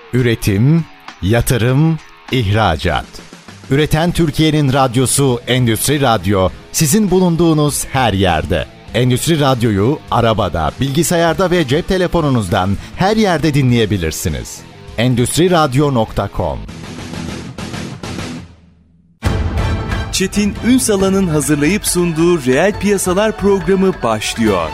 Üretim, yatırım, ihracat. Üreten Türkiye'nin radyosu Endüstri Radyo, sizin bulunduğunuz her yerde. Endüstri Radyo'yu arabada, bilgisayarda ve cep telefonunuzdan her yerde dinleyebilirsiniz. Endüstriradyo.com. Çetin Ünsal'ın hazırlayıp sunduğu Reel Piyasalar programı başlıyor.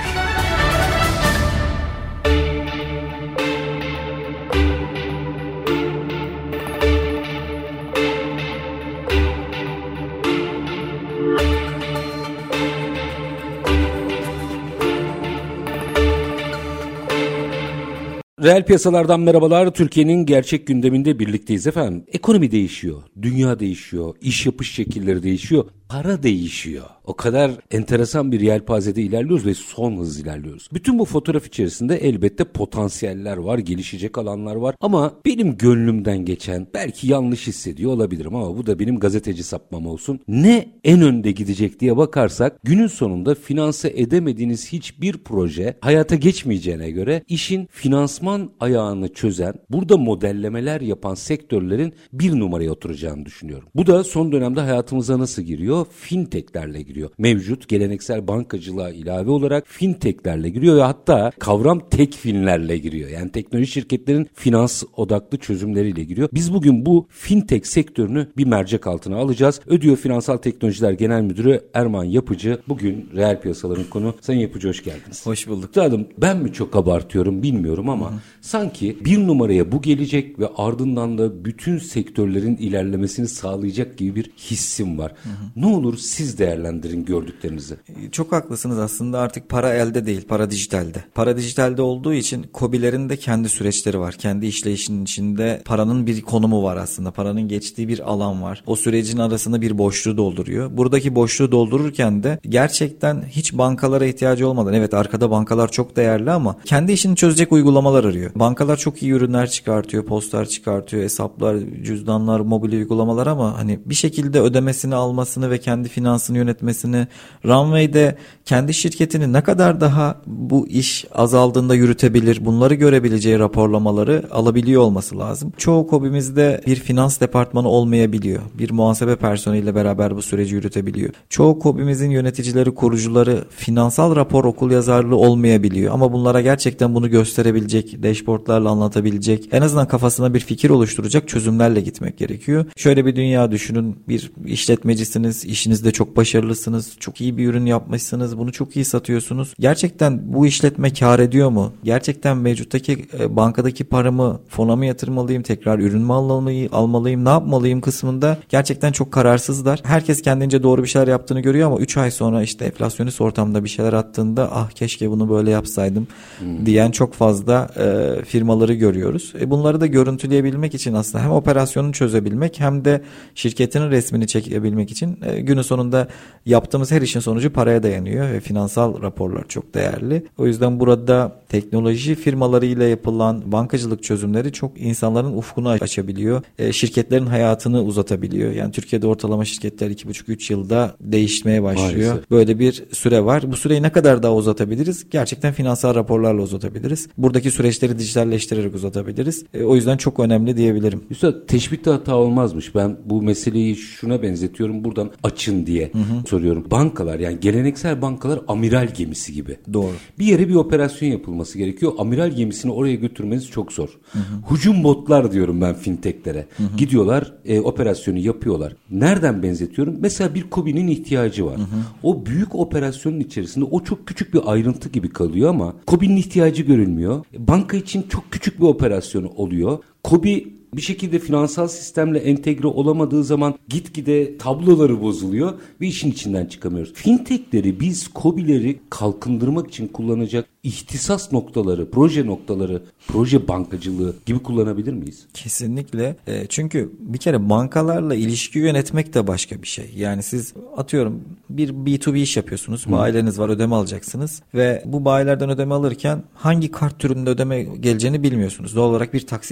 Reel piyasalardan merhabalar. Türkiye'nin gerçek gündeminde birlikteyiz efendim. Ekonomi değişiyor, dünya değişiyor, iş yapış şekilleri değişiyor, para değişiyor. O kadar enteresan bir yelpazede ilerliyoruz ve son hız ilerliyoruz. Bütün bu fotoğraf içerisinde elbette potansiyeller var, gelişecek alanlar var. Ama benim gönlümden geçen, belki yanlış hissediyor olabilirim ama bu da benim gazeteci sapmam olsun. Ne en önde gidecek diye bakarsak günün sonunda finanse edemediğiniz hiçbir proje hayata geçmeyeceğine göre işin finansman ayağını çözen, burada modellemeler yapan sektörlerin bir numaraya oturacağını düşünüyorum. Bu da son dönemde hayatımıza nasıl giriyor? Fintech'lerle giriyor. Mevcut geleneksel bankacılığa ilave olarak fintech'lerle giriyor ve hatta kavram tekfinlerle giriyor. Yani teknoloji şirketlerin finans odaklı çözümleriyle giriyor. Biz bugün bu fintech sektörünü bir mercek altına alacağız. Ödüyor Finansal Teknolojiler Genel Müdürü Erman Yapıcı. Bugün reel piyasaların konu. Sayın Yapıcı hoş geldiniz. Hoş bulduk. Üstadım, ben mi çok abartıyorum bilmiyorum ama sanki bir numaraya bu gelecek ve ardından da bütün sektörlerin ilerlemesini sağlayacak gibi bir hissim var. Ne olur siz değerlendirin gördüklerinizi. Çok haklısınız, aslında artık para elde değil, para dijitalde. Para dijitalde olduğu için KOBİ'lerin de kendi süreçleri var. Kendi işleyişinin içinde paranın bir konumu var aslında. Paranın geçtiği bir alan var. O sürecin arasında bir boşluğu dolduruyor. Buradaki boşluğu doldururken de gerçekten hiç bankalara ihtiyacı olmadan, evet arkada bankalar çok değerli ama kendi işini çözecek uygulamalar arıyor. Bankalar çok iyi ürünler çıkartıyor, postlar çıkartıyor, hesaplar, cüzdanlar, mobil uygulamalar ama hani bir şekilde ödemesini almasını ve kendi finansını yönetmesini, Runway'de kendi şirketini ne kadar daha bu iş azaldığında yürütebilir, bunları görebileceği raporlamaları alabiliyor olması lazım. Çoğu KOBİ'mizde bir finans departmanı olmayabiliyor. Bir muhasebe personeliyle beraber bu süreci yürütebiliyor. Çoğu KOBİ'mizin yöneticileri, kurucuları finansal rapor okuryazarlığı olmayabiliyor. Ama bunlara gerçekten bunu gösterebilecek, dashboardlarla anlatabilecek, en azından kafasına bir fikir oluşturacak çözümlerle gitmek gerekiyor. Şöyle bir dünya düşünün, bir işletmecisiniz, işinizde çok başarılısınız, çok iyi bir ürün yapmışsınız, bunu çok iyi satıyorsunuz. Gerçekten bu işletme kar ediyor mu? Gerçekten mevcuttaki bankadaki paramı fona mı yatırmalıyım, tekrar ürün mü almalıyım, ne yapmalıyım kısmında gerçekten çok kararsızlar. Herkes kendince doğru bir şeyler yaptığını görüyor ama 3 ay sonra işte enflasyonist ortamda bir şeyler attığında ah keşke bunu böyle yapsaydım diyen çok fazla firmaları görüyoruz. Bunları da görüntüleyebilmek için aslında hem operasyonu çözebilmek hem de şirketinin resmini çekebilmek için günün sonunda yaptığımız her işin sonucu paraya dayanıyor ve finansal raporlar çok değerli. O yüzden burada teknoloji firmalarıyla yapılan bankacılık çözümleri çok insanların ufkunu açabiliyor. Şirketlerin hayatını uzatabiliyor. Yani Türkiye'de ortalama şirketler 2,5-3 yılda değişmeye başlıyor. Maalesef. Böyle bir süre var. Bu süreyi ne kadar daha uzatabiliriz? Gerçekten finansal raporlarla uzatabiliriz. Buradaki süreçleri dijitalleştirerek uzatabiliriz. O yüzden çok önemli diyebilirim. Üstad, teşbihte hata olmazmış. Ben bu meseleyi şuna benzetiyorum. Buradan açın diye soruyorum. Bankalar, yani geleneksel bankalar amiral gemisi gibi. Doğru. Bir yere bir operasyon yapılması gerekiyor. Amiral gemisini oraya götürmeniz çok zor. Hücum botlar diyorum ben fintechlere. Gidiyorlar, operasyonu yapıyorlar. Nereden benzetiyorum? Mesela bir KOBİ'nin ihtiyacı var. O büyük operasyonun içerisinde o çok küçük bir ayrıntı gibi kalıyor ama KOBİ'nin ihtiyacı görülmüyor. Banka için çok küçük bir operasyon oluyor. KOBİ bir şekilde finansal sistemle entegre olamadığı zaman gitgide tabloları bozuluyor ve işin içinden çıkamıyoruz. Fintech'leri biz KOBİ'leri kalkındırmak için kullanacak ihtisas noktaları, proje noktaları, proje bankacılığı gibi kullanabilir miyiz? Kesinlikle. Çünkü bir kere bankalarla ilişki yönetmek de başka bir şey. Yani siz atıyorum bir B2B iş yapıyorsunuz. Bayilerinіз var, ödeme alacaksınız ve bu bayilerden ödeme alırken hangi kart türünde ödeme geleceğini bilmiyorsunuz. Doğal olarak bir taksit imkanı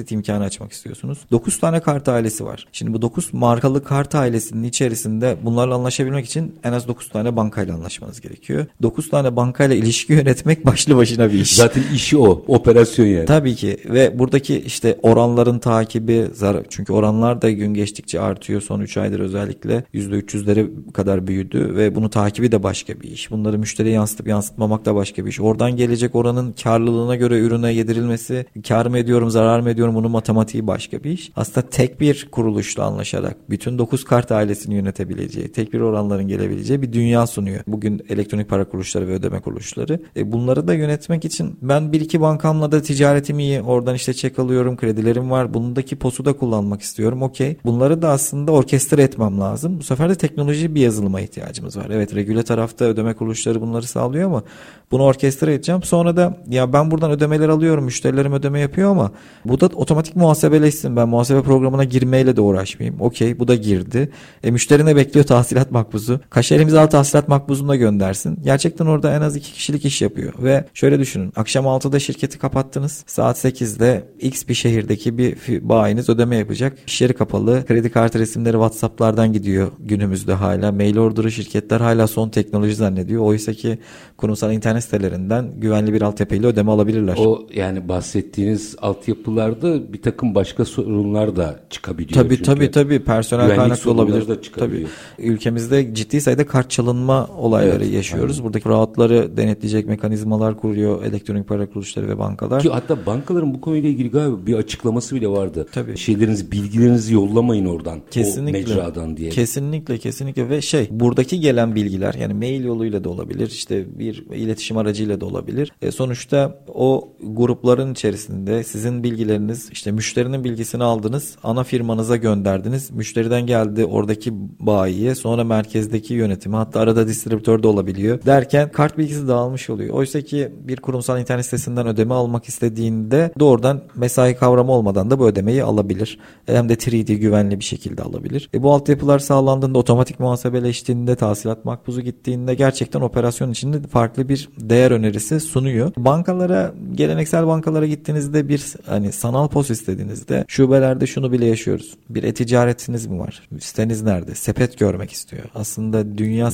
tane açmak istiyorsunuz. 9 tane kart ailesi var. Şimdi bu 9 markalı kart ailesinin içerisinde bunlarla anlaşabilmek için en az 9 tane bankayla anlaşmanız gerekiyor. 9 tane bankayla ilişki yönetmek başlı başına bir iş. Zaten işi o. Operasyon yani. Tabii ki ve buradaki işte oranların takibi, çünkü oranlar da gün geçtikçe artıyor. Son 3 aydır özellikle %300'lere kadar büyüdü ve bunu takibi de başka bir iş. Bunları müşteriye yansıtıp yansıtmamak da başka bir iş. Oradan gelecek oranın karlılığına göre ürüne yedirilmesi, kar mı ediyorum, zarar mı ediyorum, bunun matematiği başka bir iş. Aslında tek bir kuruluşla anlaşarak bütün 9 kart ailesini yönetebileceği, tek bir oranların gelebileceği bir dünya sunuyor. Bugün elektronik para kuruluşları ve ödeme kuruluşları. Bunları da yönetmek için ben 1-2 bankamla da ticaretim iyi. Oradan işte çek alıyorum, kredilerim var. Bundaki POS'u da kullanmak istiyorum. Okey. Bunları da aslında orkestra etmem lazım. Bu sefer de teknoloji bir yazılıma ihtiyacımız var. Evet, regüle tarafta ödeme kuruluşları bunları sağlıyor ama bunu orkestra edeceğim. Sonra da ya ben buradan ödemeler alıyorum, müşterilerim ödeme yapıyor ama bu da otomatik muhasebeleşsin. Ben muhasebe programına girmeyle de uğraşmayayım. Okey, bu da girdi. Müşteri ne bekliyor? Tahsilat makbuzu. Kaşer imzalı tahsilat makbuzunu da göndersin. Gerçekten orada en az 2 kişilik iş yapıyor. Ve şöyle düşünün. Akşam 6'da şirketi kapattınız. Saat 8'de X bir şehirdeki bir bayiniz ödeme yapacak. İş yeri kapalı. Kredi kartı resimleri WhatsApp'lardan gidiyor günümüzde hala. Mail order'ı şirketler hala son teknoloji zannediyor. Oysa ki kurumsal internet sitelerinden güvenli bir altyapıyla ödeme alabilirler. O yani bahsettiğiniz altyapılarda bir takım başka sorunlar da çıkabiliyor. Tabii. Personel kaynaklı olabilir. Da çıkabiliyor. Tabii. Ülkemizde ciddi sayıda kart çalınma olayları yaşıyoruz. Aynen. Buradaki rahatları denetleyecek mekanizmalar kuruyor elektronik para kuruluşları ve bankalar. Ki hatta bankaların bu konuyla ilgili galiba bir açıklaması bile vardı. Tabii. Bilgilerinizi yollamayın oradan. Kesinlikle. O mecradan diye. Kesinlikle ve buradaki gelen bilgiler yani mail yoluyla da olabilir, işte bir iletişim aracıyla da olabilir. Sonuçta o grupların içerisinde sizin bilgileriniz, işte müşterinin bilgisini aldınız, ana firmanıza gönderdiniz. Müşteriden geldi oradaki bayiye, sonra merkezdeki yönetimi, hatta arada distribütör de olabiliyor. Derken kart bilgisi dağılmış oluyor. Oysa ki bir kurumsal internet sitesinden ödeme almak istediğinde doğrudan mesai kavramı olmadan da bu ödemeyi alabilir. Hem de 3D güvenli bir şekilde alabilir. Bu altyapılar sağlandığında, otomatik muhasebeleştiğinde, tahsilat makbuzu gittiğinde gerçekten operasyon içinde farklı bir değer önerisi sunuyor. Bankalara, geleneksel bankalara gittiğinizde bir sanal POS istediğinizde şubelerde şunu bile yaşıyoruz. Bir e-ticaretiniz mi var? Siteniz nerede? Sepet görmek istiyor. Aslında dünya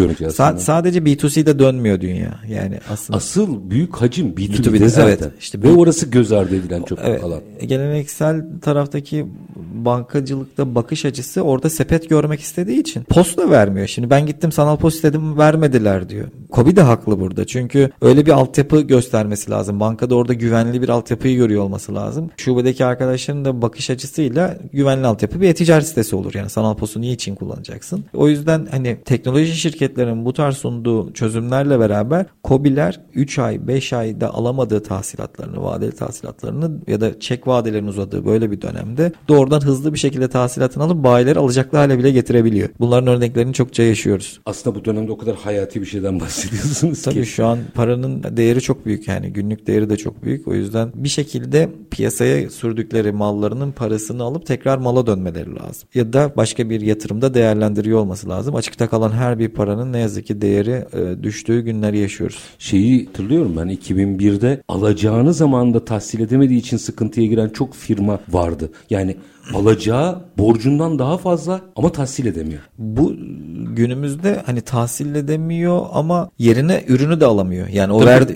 sadece B2C'de dönmüyor dünya. Yani aslında asıl büyük hacim B2B'de zaten. Evet, işte ve orası göz ardı edilen çok alan. Geleneksel taraftaki bankacılıkta bakış açısı orada sepet görmek istediği için POS da vermiyor. Şimdi ben gittim sanal POS istedim, vermediler diyor. KOBİ de haklı burada. Çünkü öyle bir altyapı göstermesi lazım. Bankada orada güvenli bir altyapıyı görüyor olması lazım. Şubedeki arkadaşların da bakış açısıyla güvenli altyapı bir e-ticaret sitesi olur. Yani sanal POS'u niye için kullanacaksın? O yüzden teknoloji şirketlerinin bu tarz sunduğu çözümlerle beraber KOBİ'ler 3 ay 5 ayda alamadığı tahsilatlarını, vadeli tahsilatlarını ya da çek vadelerinin uzadığı böyle bir dönemde doğrudan hızlı bir şekilde tahsilatını alıp bayileri alacaklı hale bile getirebiliyor. Bunların örneklerini çokça yaşıyoruz. Aslında bu dönemde o kadar hayati bir şeyden bahsediyorsunuz Tabii şu an paranın değeri çok büyük, yani günlük değeri de çok büyük. O yüzden bir şekilde piyasaya sürdükleri mallarının parasını alıp tekrar mala dönmeleri lazım. Ya da başka bir yatırımda değerlendiriyor olması lazım. Açıkta kalan her bir paranın ne yazık ki değeri düştüğü günleri yaşıyoruz. Şeyi hatırlıyorum ben, 2001'de alacağını zamanında tahsil edemediği için sıkıntıya giren çok firma vardı. Yani alacağı borcundan daha fazla ama tahsil edemiyor. Bu günümüzde tahsil edemiyor ama yerine ürünü de alamıyor. Yani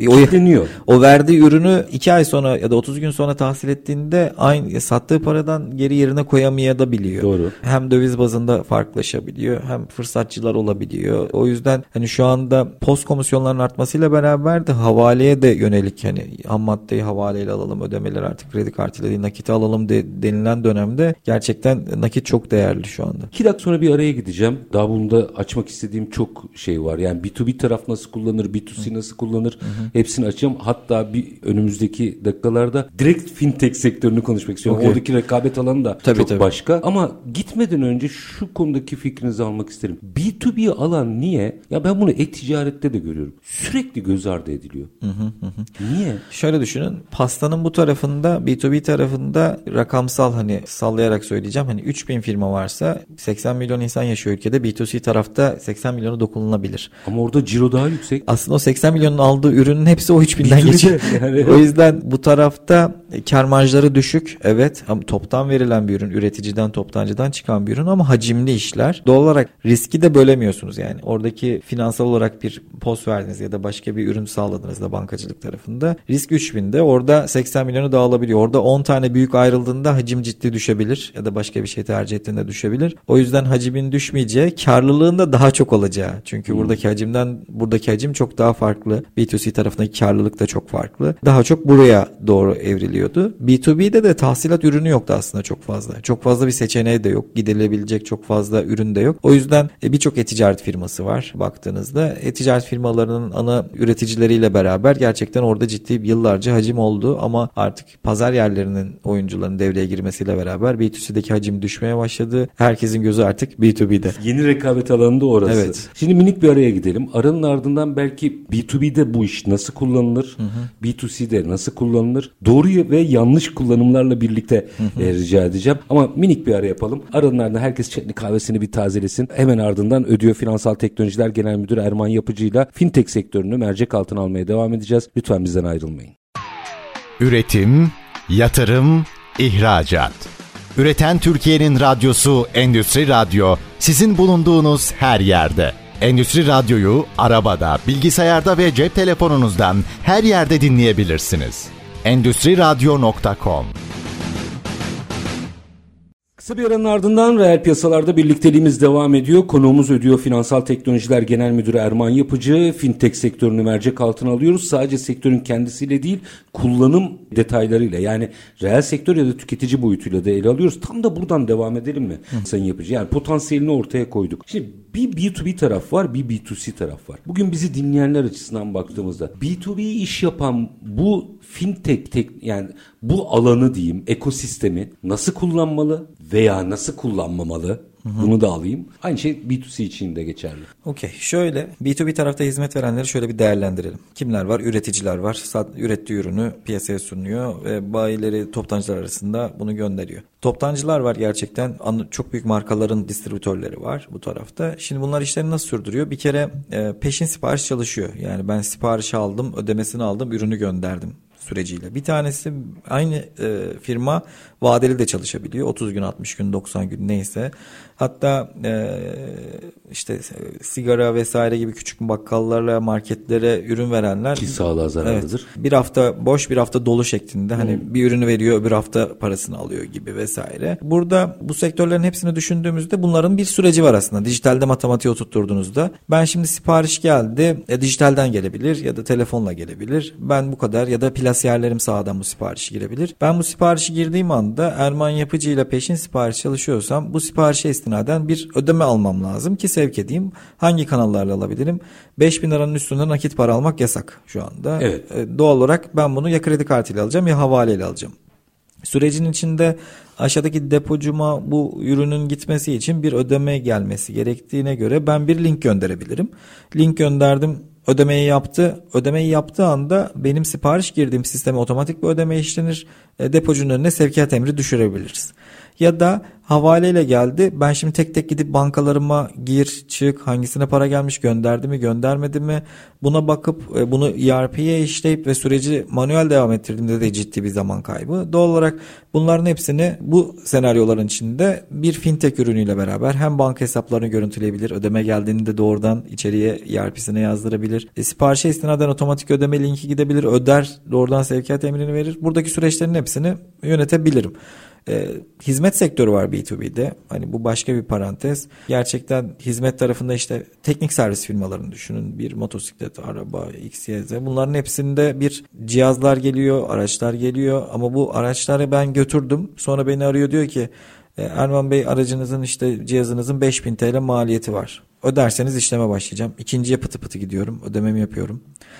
o verdiği ürünü 2 ay sonra ya da 30 gün sonra tahsil ettiğinde aynı sattığı paradan geri yerine koyamayabiliyor. Doğru. Hem döviz bazında farklılaşabiliyor, hem fırsatçılar olabiliyor. O yüzden şu anda post komisyonlarının artmasıyla beraber de havaleye de yönelik, ham maddeyi havaleyle alalım, ödemeleri artık kredi kartıyla değil nakite alalım denilen dönemde gerçekten nakit çok değerli şu anda. 2 dakika sonra bir araya gideceğim. Daha bunda açmak istediğim çok şey var. Yani B2B taraf nasıl kullanır, B2C nasıl kullanır, hepsini açacağım. Hatta bir önümüzdeki dakikalarda direkt fintech sektörünü konuşmak istiyorum. Okay. Oradaki rekabet alanı da çok başka. Ama gitmeden önce şu konudaki fikrinizi almak isterim. B2B alan niye? Ya ben bunu e-ticarette de görüyorum. Sürekli göz ardı ediliyor. Niye? Şöyle düşünün. Pastanın bu tarafında, B2B tarafında rakamsal sallayarak söyleyeceğim. 3000 firma varsa 80 milyon insan yaşıyor ülkede. B2C tarafta 80 milyonu dokunulabilir. Ama orada ciro daha yüksek. Aslında o 80 milyonun aldığı ürünün hepsi o 3000'den geçiyor. O yüzden bu tarafta Kar marjları düşük, evet, ama toptan verilen bir ürün, üreticiden, toptancıdan çıkan bir ürün ama hacimli işler. Doğal olarak riski de bölemiyorsunuz yani. Oradaki finansal olarak bir poz verdiniz ya da başka bir ürün sağladınız da bankacılık tarafında. Risk 3000'de, orada 80 milyonu dağılabiliyor. Orada 10 tane büyük ayrıldığında hacim ciddi düşebilir ya da başka bir şey tercih ettiğinde düşebilir. O yüzden hacimin düşmeyeceği, karlılığında daha çok olacağı. Çünkü buradaki hacim çok daha farklı. B2C tarafındaki karlılık da çok farklı. Daha çok buraya doğru evriliyordu. B2B'de de tahsilat ürünü yoktu aslında çok fazla. Çok fazla bir seçeneği de yok. Gidilebilecek çok fazla ürün de yok. O yüzden birçok e-ticaret firması var baktığınızda. E-ticaret firmalarının ana üreticileriyle beraber gerçekten orada ciddi yıllarca hacim oldu ama artık pazar yerlerinin oyuncuların devreye girmesiyle beraber B2C'deki hacim düşmeye başladı. Herkesin gözü artık B2B'de. Yeni rekabet alanında orası. Evet. Şimdi minik bir araya gidelim. Aranın ardından belki B2B'de bu iş nasıl kullanılır? B2C'de nasıl kullanılır? Doğru ve yanlış kullanımlarla birlikte rica edeceğim. Ama minik bir ara yapalım. Aranın ardından herkes çayını kahvesini bir tazelesin. Hemen ardından Ödüyor Finansal Teknolojiler Genel Müdürü Erman Yapıcı'yla fintech sektörünü mercek altına almaya devam edeceğiz. Lütfen bizden ayrılmayın. Üretim, yatırım, ihracat. Üreten Türkiye'nin radyosu Endüstri Radyo, sizin bulunduğunuz her yerde. Endüstri Radyo'yu arabada, bilgisayarda ve cep telefonunuzdan her yerde dinleyebilirsiniz. Endüstriradyo.com. Kısa bir aranın ardından reel piyasalarda birlikteliğimiz devam ediyor. Konuğumuz Ödüyor Finansal Teknolojiler Genel Müdürü Erman Yapıcı. Fintech sektörünü mercek altına alıyoruz. Sadece sektörün kendisiyle değil, kullanım detaylarıyla, yani reel sektör ya da tüketici boyutuyla da ele alıyoruz. Tam da buradan devam edelim mi Sayın Yapıcı? Yani potansiyelini ortaya koyduk. Şimdi bir B2B taraf var, bir B2C taraf var. Bugün bizi dinleyenler açısından baktığımızda B2B iş yapan bu fintech yani bu alanı diyeyim, ekosistemi nasıl kullanmalı veya nasıl kullanmamalı? Bunu da alayım. Aynı şey B2C için de geçerli. Okey. Şöyle, B2B tarafta hizmet verenleri şöyle bir değerlendirelim. Kimler var? Üreticiler var. Ürettiği ürünü piyasaya sunuyor ve bayileri, toptancılar arasında bunu gönderiyor. Toptancılar var, gerçekten çok büyük markaların distribütörleri var bu tarafta. Şimdi bunlar işlerini nasıl sürdürüyor? Bir kere peşin sipariş çalışıyor. Yani ben sipariş aldım, ödemesini aldım, ürünü gönderdim süreciyle. Bir tanesi aynı firma vadeli de çalışabiliyor. 30 gün, 60 gün, 90 gün neyse. Hatta işte sigara vesaire gibi küçük bakkallarla marketlere ürün verenler ki sağlığa zararlıdır. Evet, bir hafta boş bir hafta dolu şeklinde hani bir ürünü veriyor, öbür hafta parasını alıyor gibi vesaire. Burada bu sektörlerin hepsini düşündüğümüzde bunların bir süreci var aslında. Dijitalde matematiği oturtturduğunuzda ben şimdi sipariş geldi, dijitalden gelebilir ya da telefonla gelebilir. Ben bu kadar ya da plasiyerlerim sağdan bu siparişi girebilir. Ben bu siparişi girdiğim anda Erman Yapıcı ile peşin sipariş çalışıyorsam bu siparişe istinaden bir ödeme almam lazım ki sevk edeyim. Hangi kanallarla alabilirim? 5.000 liranın üstünde nakit para almak yasak şu anda. Evet. Doğal olarak ben bunu ya kredi kartıyla alacağım ya havaleyle alacağım. Sürecin içinde aşağıdaki depocuma bu ürünün gitmesi için bir ödeme gelmesi gerektiğine göre ben bir link gönderebilirim. Link gönderdim. Ödemeyi yaptı. Ödemeyi yaptığı anda benim sipariş girdiğim sisteme otomatik bir ödeme işlenir. Depocunun önüne sevkiyat emri düşürebiliriz. Ya da havaleyle geldi. Ben şimdi tek tek gidip bankalarıma gir, çık, hangisine para gelmiş, gönderdi mi, göndermedi mi? Buna bakıp bunu ERP'ye işleyip ve süreci manuel devam ettirdiğimde de ciddi bir zaman kaybı. Doğal olarak bunların hepsini bu senaryoların içinde bir fintech ürünüyle beraber hem banka hesaplarını görüntüleyebilir, ödeme geldiğinde doğrudan içeriye ERP'sine yazdırabilir. Siparişe istinaden otomatik ödeme linki gidebilir, öder, doğrudan sevkiyat emrini verir. Buradaki süreçlerin hepsini yönetebilirim. Hizmet sektörü var B2B'de. Hani bu başka bir parantez. Gerçekten hizmet tarafında işte teknik servis firmalarını düşünün. Bir motosiklet, araba, XYZ. Bunların hepsinde bir cihazlar geliyor, araçlar geliyor. Ama bu araçları ben götürdüm. Sonra beni arıyor, diyor ki Erman Bey, aracınızın işte cihazınızın 5.000 TL maliyeti var. Öderseniz işleme başlayacağım. İkinciye pıtı pıtı gidiyorum. Ödememi yapıyorum.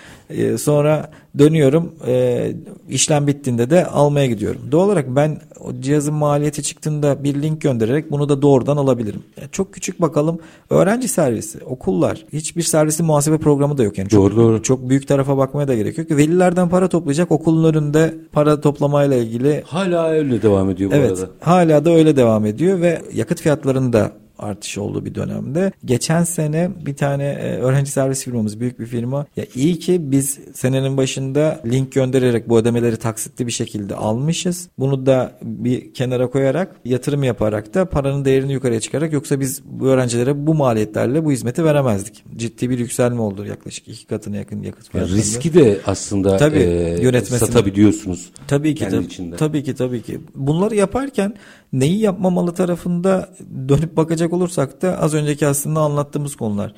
Sonra dönüyorum, işlem bittiğinde de almaya gidiyorum. Doğal olarak ben o cihazın maliyeti çıktığında bir link göndererek bunu da doğrudan alabilirim. Çok küçük bakalım, öğrenci servisi, okullar, hiçbir servisin muhasebe programı da yok. Yani çok büyük tarafa bakmaya da gerek yok. Velilerden para toplayacak, okulun önünde para toplamayla ilgili. Hala öyle devam ediyor bu arada. Evet, hala da öyle devam ediyor ve yakıt fiyatlarını da artışı olduğu bir dönemde. Geçen sene bir tane öğrenci servis firmamız, büyük bir firma. Ya iyi ki biz senenin başında link göndererek bu ödemeleri taksitli bir şekilde almışız. Bunu da bir kenara koyarak, yatırım yaparak da paranın değerini yukarıya çıkarak, yoksa biz bu öğrencilere bu maliyetlerle bu hizmeti veremezdik. Ciddi bir yükselme oldu, yaklaşık 2 katına yakın yakıt fiyatlarında. Riski de aslında satabiliyorsunuz. Tabii ki, tabii ki. Bunları yaparken neyi yapmamalı tarafında dönüp bakacak olursak da az önceki aslında anlattığımız konular.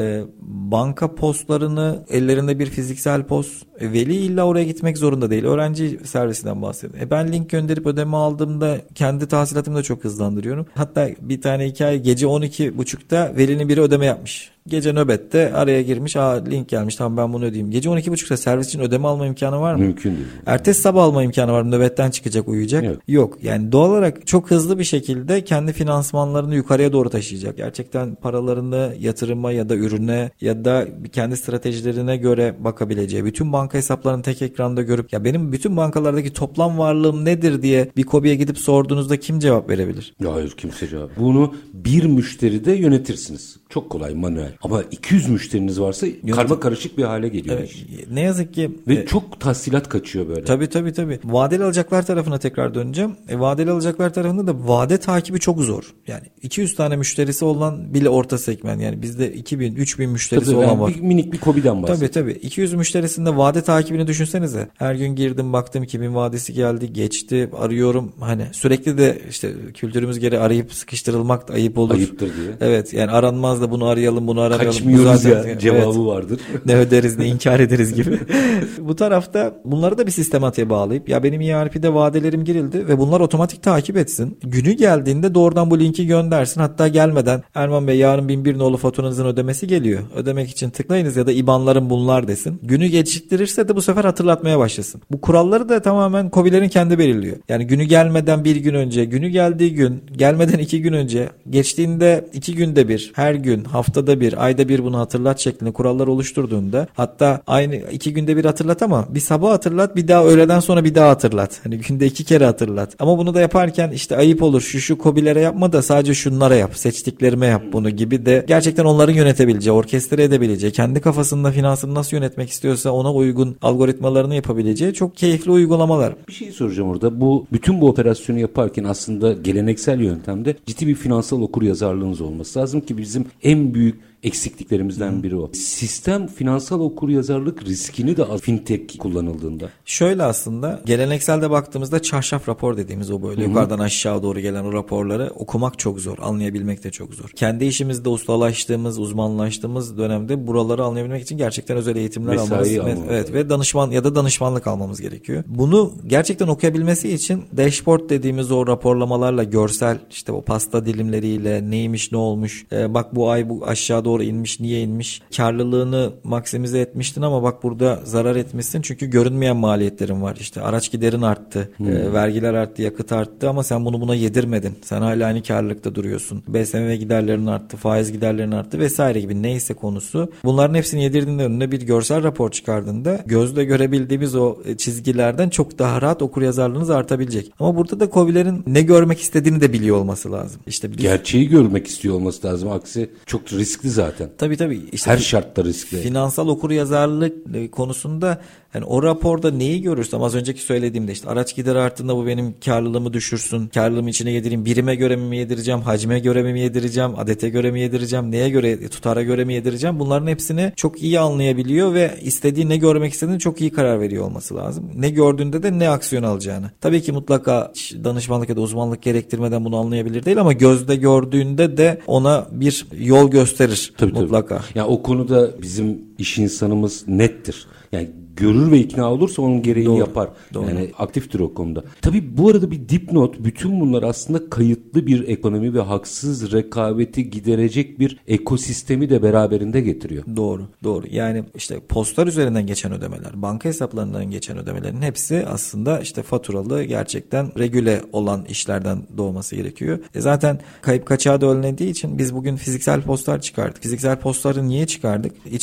Banka postlarını, ellerinde bir fiziksel post, veli illa oraya gitmek zorunda değil. Öğrenci servisinden bahsediyorum. Ben link gönderip ödeme aldığımda kendi tahsilatımı da çok hızlandırıyorum. Hatta bir tane hikaye, gece 12.30'da velinin biri ödeme yapmış. Gece nöbette araya girmiş. Link gelmiş, tamam ben bunu ödeyeyim. Gece 12.30'da servis için ödeme alma imkanı var mı? Mümkün değil. Ertesi sabah alma imkanı var mı? Nöbetten çıkacak, uyuyacak. Yok. Yani doğal olarak çok hızlı bir şekilde kendi finansmanlarını yukarıya doğru taşıyacak. Gerçekten paralarını yatırıma ya da ürüne ya da kendi stratejilerine göre bakabileceği, bütün banka hesaplarını tek ekranda görüp ya benim bütün bankalardaki toplam varlığım nedir diye bir KOBİ'ye gidip sorduğunuzda kim cevap verebilir? Hayır, kimse cevap. Bunu bir müşteride yönetirsiniz. Çok kolay, manuel. Ama 200 müşteriniz varsa karma karışık bir hale geliyor. Evet, ne yazık ki. Ve çok tahsilat kaçıyor böyle. Tabii. Vadeli alacaklar tarafına tekrar döneceğim. Vadeli alacaklar tarafında da vade takibi çok zor. Yani 200 tane müşterisi olan bile orta segment. Yani bizde 2000, 3000 müşterisi olan var. Minik bir KOBİ'den bahsediyorum. Tabii. 200 müşterisinde vade takibini düşünsenize. Her gün girdim, baktım 2000 vadesi geldi, geçti, arıyorum. Hani sürekli de işte kültürümüz gereği arayıp sıkıştırılmak da ayıp olur. Ayıptır diye. Evet, yani aranmaz da bunu arayalım, bunu aramayalım. Kaçmıyoruz ya cevabı vardır. Ne öderiz, ne inkar ederiz gibi. Bu tarafta bunları da bir sistematiğe bağlayıp ya benim ERP'de vadelerim girildi ve bunlar otomatik takip etsin. Günü geldiğinde doğrudan bu linki göndersin. Hatta gelmeden Erman Bey yarın 1001 nolu faturanızın ödemesi geliyor. Ödemek için tıklayınız ya da IBAN'larım bunlar desin. Günü geciktirirse de bu sefer hatırlatmaya başlasın. Bu kuralları da tamamen KOBİ'lerin kendi belirliyor. Yani günü gelmeden bir gün önce, günü geldiği gün, gelmeden 2 gün önce, geçtiğinde 2 günde bir, her gün, haftada bir, ayda bir bunu hatırlat şeklinde kurallar oluşturduğunda, hatta aynı 2 günde bir hatırlat ama bir sabah hatırlat, bir daha öğleden sonra bir daha hatırlat. Hani günde 2 kere hatırlat. Ama bunu da yaparken işte ayıp olur, şu KOBİ'lere yapma da sadece şunlara yap, seçtiklerime yap bunu gibi de gerçekten onların yönetebileceği, orkestre edebileceği, kendi kafasında finansını nasıl yönetmek istiyorsa ona uygun algoritmalarını yapabileceği çok keyifli uygulamalar. Bir şey soracağım orada. Bütün bu operasyonu yaparken aslında geleneksel yöntemde ciddi bir finansal okuryazarlığınız olması lazım ki bizim en büyük eksikliklerimizden biri o. Sistem finansal okuryazarlık riskini de fintech kullanıldığında. Şöyle aslında gelenekselde baktığımızda çarşaf rapor dediğimiz o böyle yukarıdan aşağı doğru gelen o raporları okumak çok zor. Anlayabilmek de çok zor. Kendi işimizde ustalaştığımız, uzmanlaştığımız dönemde buraları anlayabilmek için gerçekten özel eğitimler almamız. Evet, ve danışman ya da danışmanlık almamız gerekiyor. Bunu gerçekten okuyabilmesi için dashboard dediğimiz o raporlamalarla, görsel işte o pasta dilimleriyle neymiş, ne olmuş, bak bu ay bu aşağı doğru inmiş, niye inmiş? Karlılığını maksimize etmiştin ama bak burada zarar etmişsin çünkü görünmeyen maliyetlerin var. İşte araç giderin arttı, vergiler arttı, yakıt arttı ama sen buna yedirmedin. Sen hala aynı karlılıkta duruyorsun. BSMV giderlerin arttı, faiz giderlerin arttı vesaire gibi neyse konusu. Bunların hepsini yedirdiğinde önüne bir görsel rapor çıkardığında gözle görebildiğimiz o çizgilerden çok daha rahat okuryazarlığınız artabilecek. Ama burada da KOBİ'lerin ne görmek istediğini de biliyor olması lazım. İşte gerçeği görmek istiyor olması lazım. Aksi çok riskli zaten. Tabii. İşte her şartta riskli. Finansal okuryazarlık konusunda yani o raporda neyi görürsem az önceki söylediğimde işte araç gideri arttığında bu benim karlılığımı düşürsün. Karlılığımı içine yedireyim. Birime göre mi yedireceğim? Hacme göre mi yedireceğim? Adete göre mi yedireceğim? Neye göre? Tutara göre mi yedireceğim? Bunların hepsini çok iyi anlayabiliyor ve istediği ne görmek istediğini çok iyi karar veriyor olması lazım. Ne gördüğünde de ne aksiyon alacağını. Tabii ki mutlaka danışmanlık ya da uzmanlık gerektirmeden bunu anlayabilir değil ama gözde gördüğünde de ona bir yol gösterir. Tabii. Yani o konuda bizim iş insanımız nettir. Yani görür ve ikna olursa onun gereğini yapar. Doğru. Yani aktiftir o konuda. Tabii bu arada bir dipnot, bütün bunlar aslında kayıtlı bir ekonomi ve haksız rekabeti giderecek bir ekosistemi de beraberinde getiriyor. Doğru. Yani işte postlar üzerinden geçen ödemeler, banka hesaplarından geçen ödemelerin hepsi aslında işte faturalı, gerçekten regüle olan işlerden doğması gerekiyor. Zaten kayıp kaçağı da önlendiği için biz bugün fiziksel postlar çıkardık. Fiziksel postları niye çıkardık? İçerisinde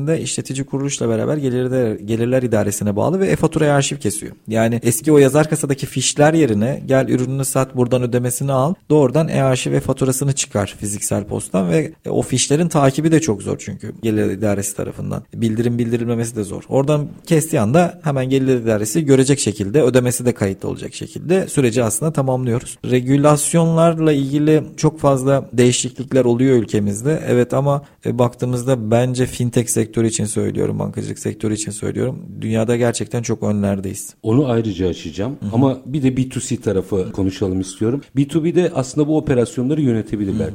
içinde işletici kuruluşla beraber gelirler idaresine bağlı ve e-faturaya arşiv kesiyor. Yani eski o yazar kasadaki fişler yerine gel ürününü sat, buradan ödemesini al, doğrudan e-arşiv ve faturasını çıkar fiziksel posttan ve o fişlerin takibi de çok zor çünkü gelir idaresi tarafından. Bildirilmemesi de zor. Oradan kestiği anda hemen gelir idaresi görecek şekilde, ödemesi de kayıtlı olacak şekilde süreci aslında tamamlıyoruz. Regülasyonlarla ilgili çok fazla değişiklikler oluyor ülkemizde. Evet, ama baktığımızda bence fintech sektörü için söylüyorum, bankacılık sektörü için söylüyorum. Dünyada gerçekten çok önlerdeyiz. Onu ayrıca açacağım. Ama bir de B2C tarafı konuşalım istiyorum. B2B'de aslında bu operasyonları yönetebilirler.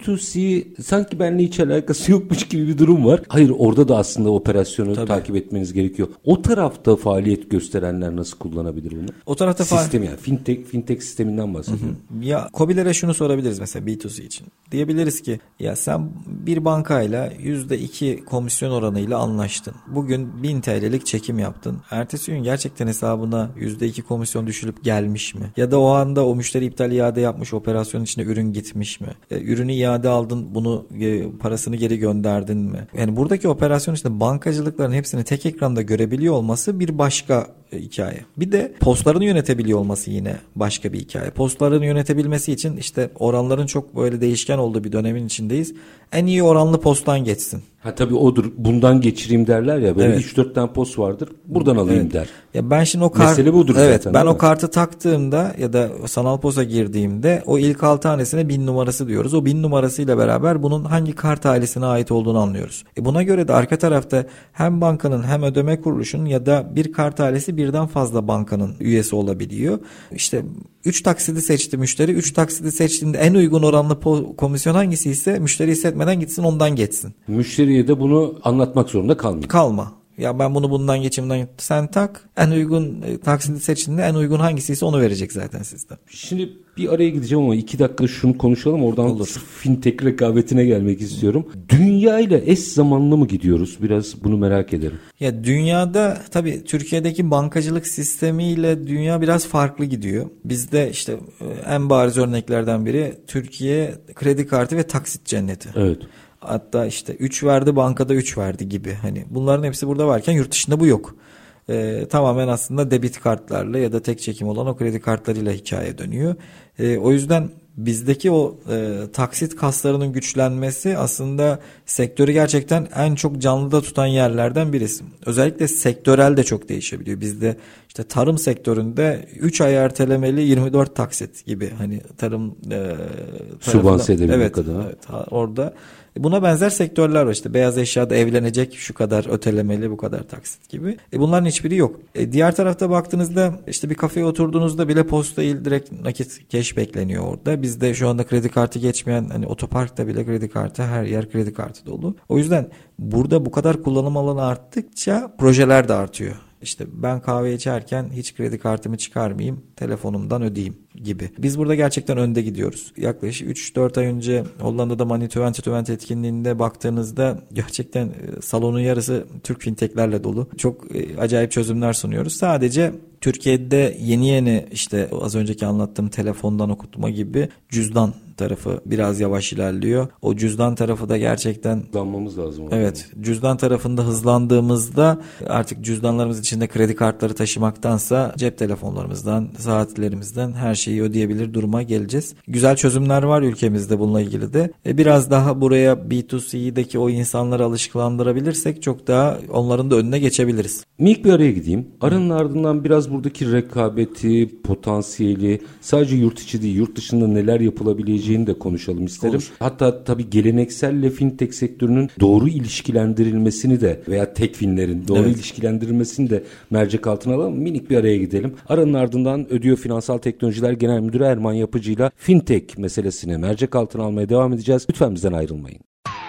B2C sanki benimle hiç alakası yokmuş gibi bir durum var. Hayır, orada da aslında operasyonu takip etmeniz gerekiyor. O tarafta faaliyet gösterenler nasıl kullanabilir bunu? O tarafta sistem yani fintech sisteminden bahsediyorum. Ya KOBİ'lere şunu sorabiliriz mesela B2C için. Diyebiliriz ki ya sen bir bankayla %2 komisyon oranıyla anlaştın. Bugün 1000 TL'lik çekim yaptın. Ertesi gün gerçekten hesabına %2 komisyon düşülüp gelmiş mi? Ya da o anda o müşteri iptal iade yapmış, operasyonun içine ürün gitmiş mi? Ürünü iade aldın, bunu parasını geri gönderdin mi? Yani buradaki operasyon içinde bankacılıkların hepsini tek ekranda görebiliyor olması bir başka hikaye. Bir de postlarını yönetebiliyor olması yine başka bir hikaye. Postlarını yönetebilmesi için işte oranların çok böyle değişken olduğu bir dönemin içindeyiz. En iyi oranlı posttan geçsin. Ha tabii odur. Bundan geçireyim derler ya. Böyle 3-4 tane post vardır. Buradan alayım der. Ya ben şimdi mesele budur zaten. Ben o kartı taktığımda ya da sanal posa girdiğimde o ilk 6 tanesine 1000 numarası diyoruz. O 1000 numarasıyla beraber bunun hangi kart ailesine ait olduğunu anlıyoruz. Buna göre de arka tarafta hem bankanın hem ödeme kuruluşunun ya da bir kart ailesi birden fazla bankanın üyesi olabiliyor. İşte 3 taksidi seçti müşteri. 3 taksidi seçtiğinde en uygun oranlı komisyon hangisi ise müşteri hissetmeden gitsin, ondan geçsin. Müşteriye de bunu anlatmak zorunda kalma. Ya ben bunu bundan geçimden sen tak. En uygun taksidi seçtiğinde en uygun hangisiyse onu verecek zaten sistem. Şimdi bir araya gideceğim ama 2 dakika şunu konuşalım. Oradan fintech rekabetine gelmek istiyorum. Dünya ile eş zamanlı mı gidiyoruz? Biraz bunu merak ederim. Ya dünyada tabii Türkiye'deki bankacılık sistemiyle dünya biraz farklı gidiyor. Bizde işte en bariz örneklerden biri Türkiye kredi kartı ve taksit cenneti. Evet. Hatta işte 3 verdi bankada 3 verdi gibi. Hani bunların hepsi burada varken yurt dışında bu yok. Tamamen aslında debit kartlarla ya da tek çekim olan o kredi kartlarıyla hikaye dönüyor. O yüzden bizdeki o taksit kaslarının güçlenmesi aslında sektörü gerçekten en çok canlıda tutan yerlerden birisi. Özellikle sektörel de çok değişebiliyor. Bizde işte tarım sektöründe 3 ay ertelemeli 24 taksit gibi, hani tarım sübvanse edebilmek adına. Evet, orada buna benzer sektörler var. İşte beyaz eşyada evlenecek şu kadar ötelemeli, bu kadar taksit gibi. Bunların hiçbiri yok. Diğer tarafta baktığınızda işte bir kafeye oturduğunuzda bile posta değil, direkt nakit cash bekleniyor orada. Bizde şu anda kredi kartı geçmeyen, hani otoparkta bile kredi kartı, her yer kredi kartı dolu. O yüzden burada bu kadar kullanım alanı arttıkça projeler de artıyor. İşte ben kahve içerken hiç kredi kartımı çıkarmayayım, telefonumdan ödeyeyim gibi. Biz burada gerçekten önde gidiyoruz. Yaklaşık 3-4 ay önce Hollanda'da Money 2020 etkinliğinde baktığınızda gerçekten salonun yarısı Türk fintechlerle dolu. Çok acayip çözümler sunuyoruz. Sadece Türkiye'de yeni işte az önceki anlattığım telefondan okutma gibi cüzdan tarafı biraz yavaş ilerliyor. O cüzdan tarafı da gerçekten hızlanmamız lazım. Evet, cüzdan tarafında hızlandığımızda artık cüzdanlarımız içinde kredi kartları taşımaktansa cep telefonlarımızdan, saatlerimizden her şeyi ödeyebilir duruma geleceğiz. Güzel çözümler var ülkemizde bununla ilgili de. Biraz daha buraya B2C'deki o insanları alışkılandırabilirsek çok daha onların da önüne geçebiliriz. Minik bir araya gideyim. Aranın ardından biraz buradaki rekabeti, potansiyeli, sadece yurt içi değil yurt dışında neler yapılabileceğini de konuşalım isterim. Olur. Hatta tabii gelenekselle fintech sektörünün doğru ilişkilendirilmesini de veya tekfinlerin doğru ilişkilendirilmesini de mercek altına alalım. Minik bir araya gidelim. Aranın ardından Ödüyor Finansal Teknolojiler Genel Müdürü Erman Yapıcı'yla fintech meselesini mercek altına almaya devam edeceğiz. Lütfen bizden ayrılmayın.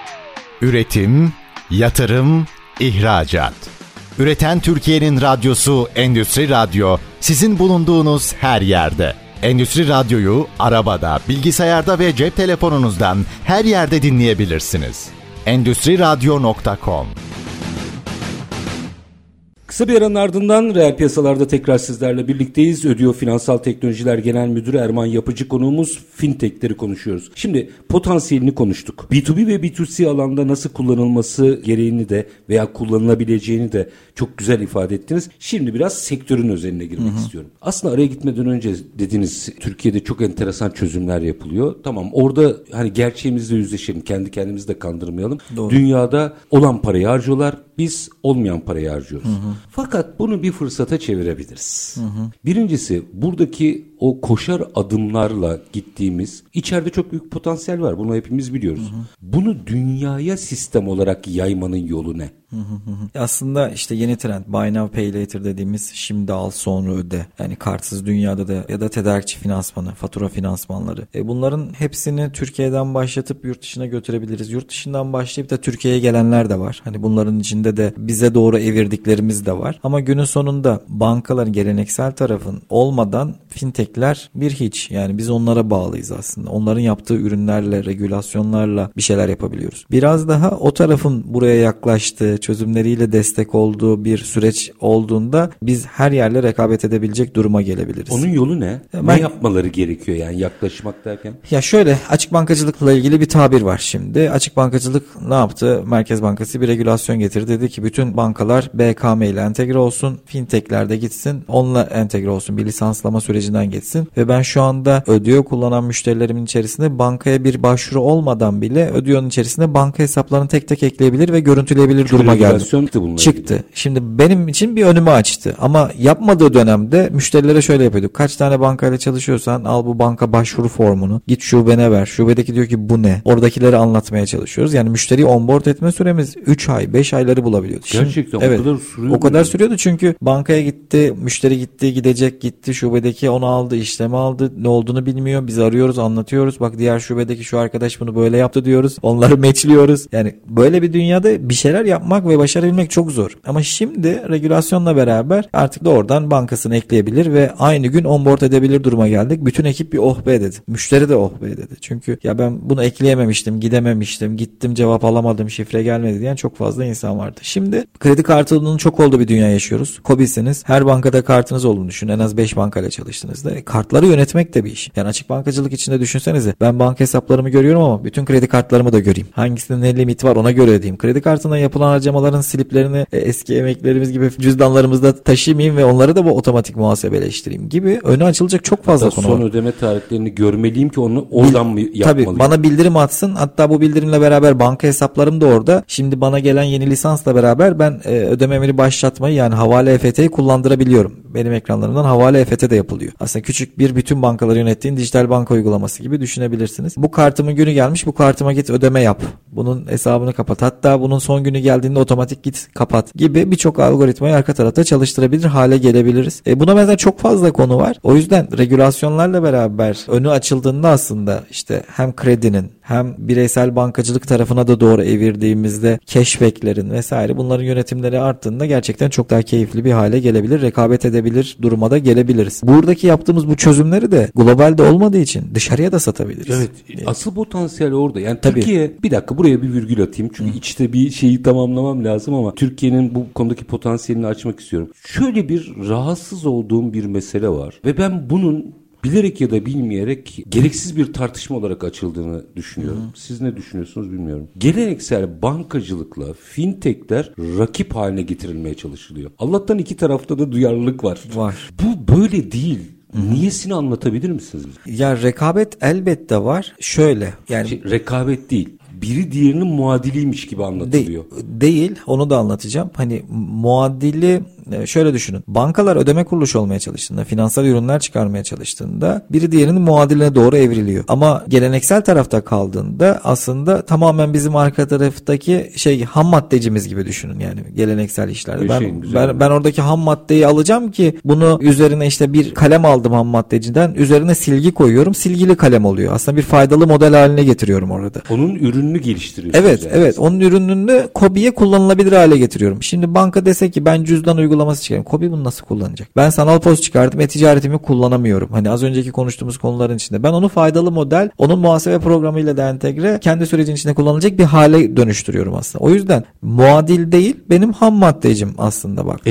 Üretim, yatırım, ihracat. Üreten Türkiye'nin radyosu Endüstri Radyo, sizin bulunduğunuz her yerde. Endüstri Radyo'yu arabada, bilgisayarda ve cep telefonunuzdan her yerde dinleyebilirsiniz. Endüstriradyo.com. Kısa bir aranın ardından reel piyasalarda tekrar sizlerle birlikteyiz. Ödüyor Finansal Teknolojiler Genel Müdürü Erman Yapıcı konuğumuz, fintechleri konuşuyoruz. Şimdi potansiyelini konuştuk. B2B ve B2C alanda nasıl kullanılması gereğini de veya kullanılabileceğini de çok güzel ifade ettiniz. Şimdi biraz sektörün özeline girmek istiyorum. Aslında araya gitmeden önce dediniz Türkiye'de çok enteresan çözümler yapılıyor. Tamam, orada hani gerçeğimizle yüzleşelim, kendi kendimizi de kandırmayalım. Doğru. Dünyada olan parayı harcıyorlar, biz olmayan parayı harcıyoruz. Fakat bunu bir fırsata çevirebiliriz. Birincisi, buradaki o koşar adımlarla gittiğimiz içeride çok büyük potansiyel var. Bunu hepimiz biliyoruz. Bunu dünyaya sistem olarak yaymanın yolu ne? Aslında işte yeni trend Buy Now Pay Later dediğimiz şimdi al sonra öde. Yani kartsız dünyada da ya da tedarikçi finansmanı, fatura finansmanları. Bunların hepsini Türkiye'den başlatıp yurt dışına götürebiliriz. Yurt dışından başlayıp da Türkiye'ye gelenler de var. Hani bunların içinde de bize doğru evirdiklerimiz de var. Ama günün sonunda bankaların geleneksel tarafın olmadan fintechler bir hiç. Yani biz onlara bağlıyız aslında. Onların yaptığı ürünlerle, regülasyonlarla bir şeyler yapabiliyoruz. Biraz daha o tarafın buraya yaklaştığı, çözümleriyle destek olduğu bir süreç olduğunda biz her yerle rekabet edebilecek duruma gelebiliriz. Onun yolu ne? Ne yapmaları gerekiyor yani yaklaşmak derken? Ya şöyle, açık bankacılıkla ilgili bir tabir var şimdi. Açık bankacılık ne yaptı? Merkez Bankası bir regülasyon getirdi. Dedi ki bütün bankalar BKM ile entegre olsun. Fintech'ler de gitsin. Onunla entegre olsun. Bir lisanslama sürecinden geçsin. Ve ben şu anda Ödüyor kullanan müşterilerimin içerisinde bankaya bir başvuru olmadan bile Ödüyor'un içerisinde banka hesaplarını tek tek ekleyebilir ve görüntüleyebilir duruma geldi. Çıktı. Şimdi benim için bir önümü açtı. Ama yapmadığı dönemde müşterilere şöyle yapıyorduk. Kaç tane bankayla çalışıyorsan al bu banka başvuru formunu. Git şubene ver. Şubedeki diyor ki bu ne? Oradakileri anlatmaya çalışıyoruz. Yani müşteriyi onboard etme süremiz 3 ay 5 ayları bulabiliyordu. Gerçekten evet, o kadar sürüyordu. O kadar sürüyordu çünkü bankaya gitti, müşteri gitti, gidecek gitti, şubedeki onu aldı, işlemi aldı, ne olduğunu bilmiyor. Biz arıyoruz, anlatıyoruz. Bak diğer şubedeki şu arkadaş bunu böyle yaptı diyoruz. Onları matchliyoruz. Yani böyle bir dünyada bir şeyler yapmak ve başarabilmek çok zor. Ama şimdi regülasyonla beraber artık doğrudan bankasını ekleyebilir ve aynı gün onboard edebilir duruma geldik. Bütün ekip bir oh be dedi. Müşteri de oh be dedi. Çünkü ya ben bunu ekleyememiştim, gidememiştim, gittim cevap alamadım, şifre gelmedi diyen çok fazla insan vardı. Şimdi kredi kartının çok olduğu bir dünya yaşıyoruz. KOBİ'siniz. Her bankada kartınız olduğunu düşünün. En az 5 bankayla çalıştığınızda. Kartları yönetmek de bir iş. Yani açık bankacılık içinde düşünsenize. Ben banka hesaplarımı görüyorum ama bütün kredi kartlarımı da göreyim. Hangisinin ne limiti var ona göre ödeyeyim. Kredi kartına yapılan harcamaların sliplerini eski emeklerimiz gibi cüzdanlarımızda taşımayayım ve onları da bu otomatik muhasebeleştireyim gibi önü açılacak çok fazla konu var. Son ödeme tarihlerini görmeliyim ki onu oradan mı yapmalıyım? Tabii bana bildirim atsın. Hatta bu bildirimle beraber banka hesaplarım da orada. Şimdi bana gelen yeni lisansla beraber ben ödememi başlatmayı yani havale EFT'yi kullandırabiliyorum. Benim ekranlarımdan havale EFT de yapılıyor. Aslında küçük bir bütün bankaları yönettiğin dijital banka uygulaması gibi düşünebilirsiniz. Bu kartımın günü gelmiş, bu kartıma git ödeme yap. Bunun hesabını kapat. Hatta bunun son günü geldiğinde otomatik git kapat gibi birçok algoritmayı arka tarafta çalıştırabilir hale gelebiliriz. Buna benzer çok fazla konu var. O yüzden regülasyonlarla beraber önü açıldığında aslında işte hem kredinin hem bireysel bankacılık tarafına da doğru evirdiğimizde cashback'lerin vesaire bunların yönetimleri arttığında gerçekten çok daha keyifli bir hale gelebilir. Rekabet edebilir duruma da gelebiliriz. Buradaki yaptığımız bu çözümleri de globalde olmadığı için dışarıya da satabiliriz. Evet. Asıl potansiyel orada. Yani tabii. Türkiye, bir dakika buraya bir virgül atayım. Çünkü içte bir şeyi tamamlamam lazım ama Türkiye'nin bu konudaki potansiyelini açmak istiyorum. Şöyle bir rahatsız olduğum bir mesele var ve ben bunun bilerek ya da bilmeyerek gereksiz bir tartışma olarak açıldığını düşünüyorum. Siz ne düşünüyorsunuz bilmiyorum. Geleneksel bankacılıkla fintechler rakip haline getirilmeye çalışılıyor. Allah'tan iki tarafta da duyarlılık var. Bu böyle değil. Niyesini anlatabilir misiniz? Ya rekabet elbette var. Şöyle yani rekabet değil. Biri diğerinin muadiliymiş gibi anlatılıyor. Değil, onu da anlatacağım. Hani muadili şöyle düşünün. Bankalar ödeme kuruluşu olmaya çalıştığında, finansal ürünler çıkarmaya çalıştığında biri diğerinin muadiline doğru evriliyor. Ama geleneksel tarafta kaldığında aslında tamamen bizim arka taraftaki ham maddecimiz gibi düşünün yani geleneksel işlerde. Ben oradaki ham maddeyi alacağım ki bunu üzerine işte bir kalem aldım ham maddeciden, üzerine silgi koyuyorum. Silgili kalem oluyor. Aslında bir faydalı model haline getiriyorum orada. Onun ürününü geliştiriyorsunuz. Evet. Onun ürününü KOBİ'ye kullanılabilir hale getiriyorum. Şimdi banka dese ki ben cüzdan uygulaması uygulaması çıkardım. KOBİ bunu nasıl kullanacak? Ben sanal poz çıkardım. E-ticaretimi kullanamıyorum. Hani az önceki konuştuğumuz konuların içinde. Ben onu faydalı model, onun muhasebe programıyla da entegre, kendi sürecin içinde kullanılacak bir hale dönüştürüyorum aslında. O yüzden muadil değil, benim ham maddecim aslında bak.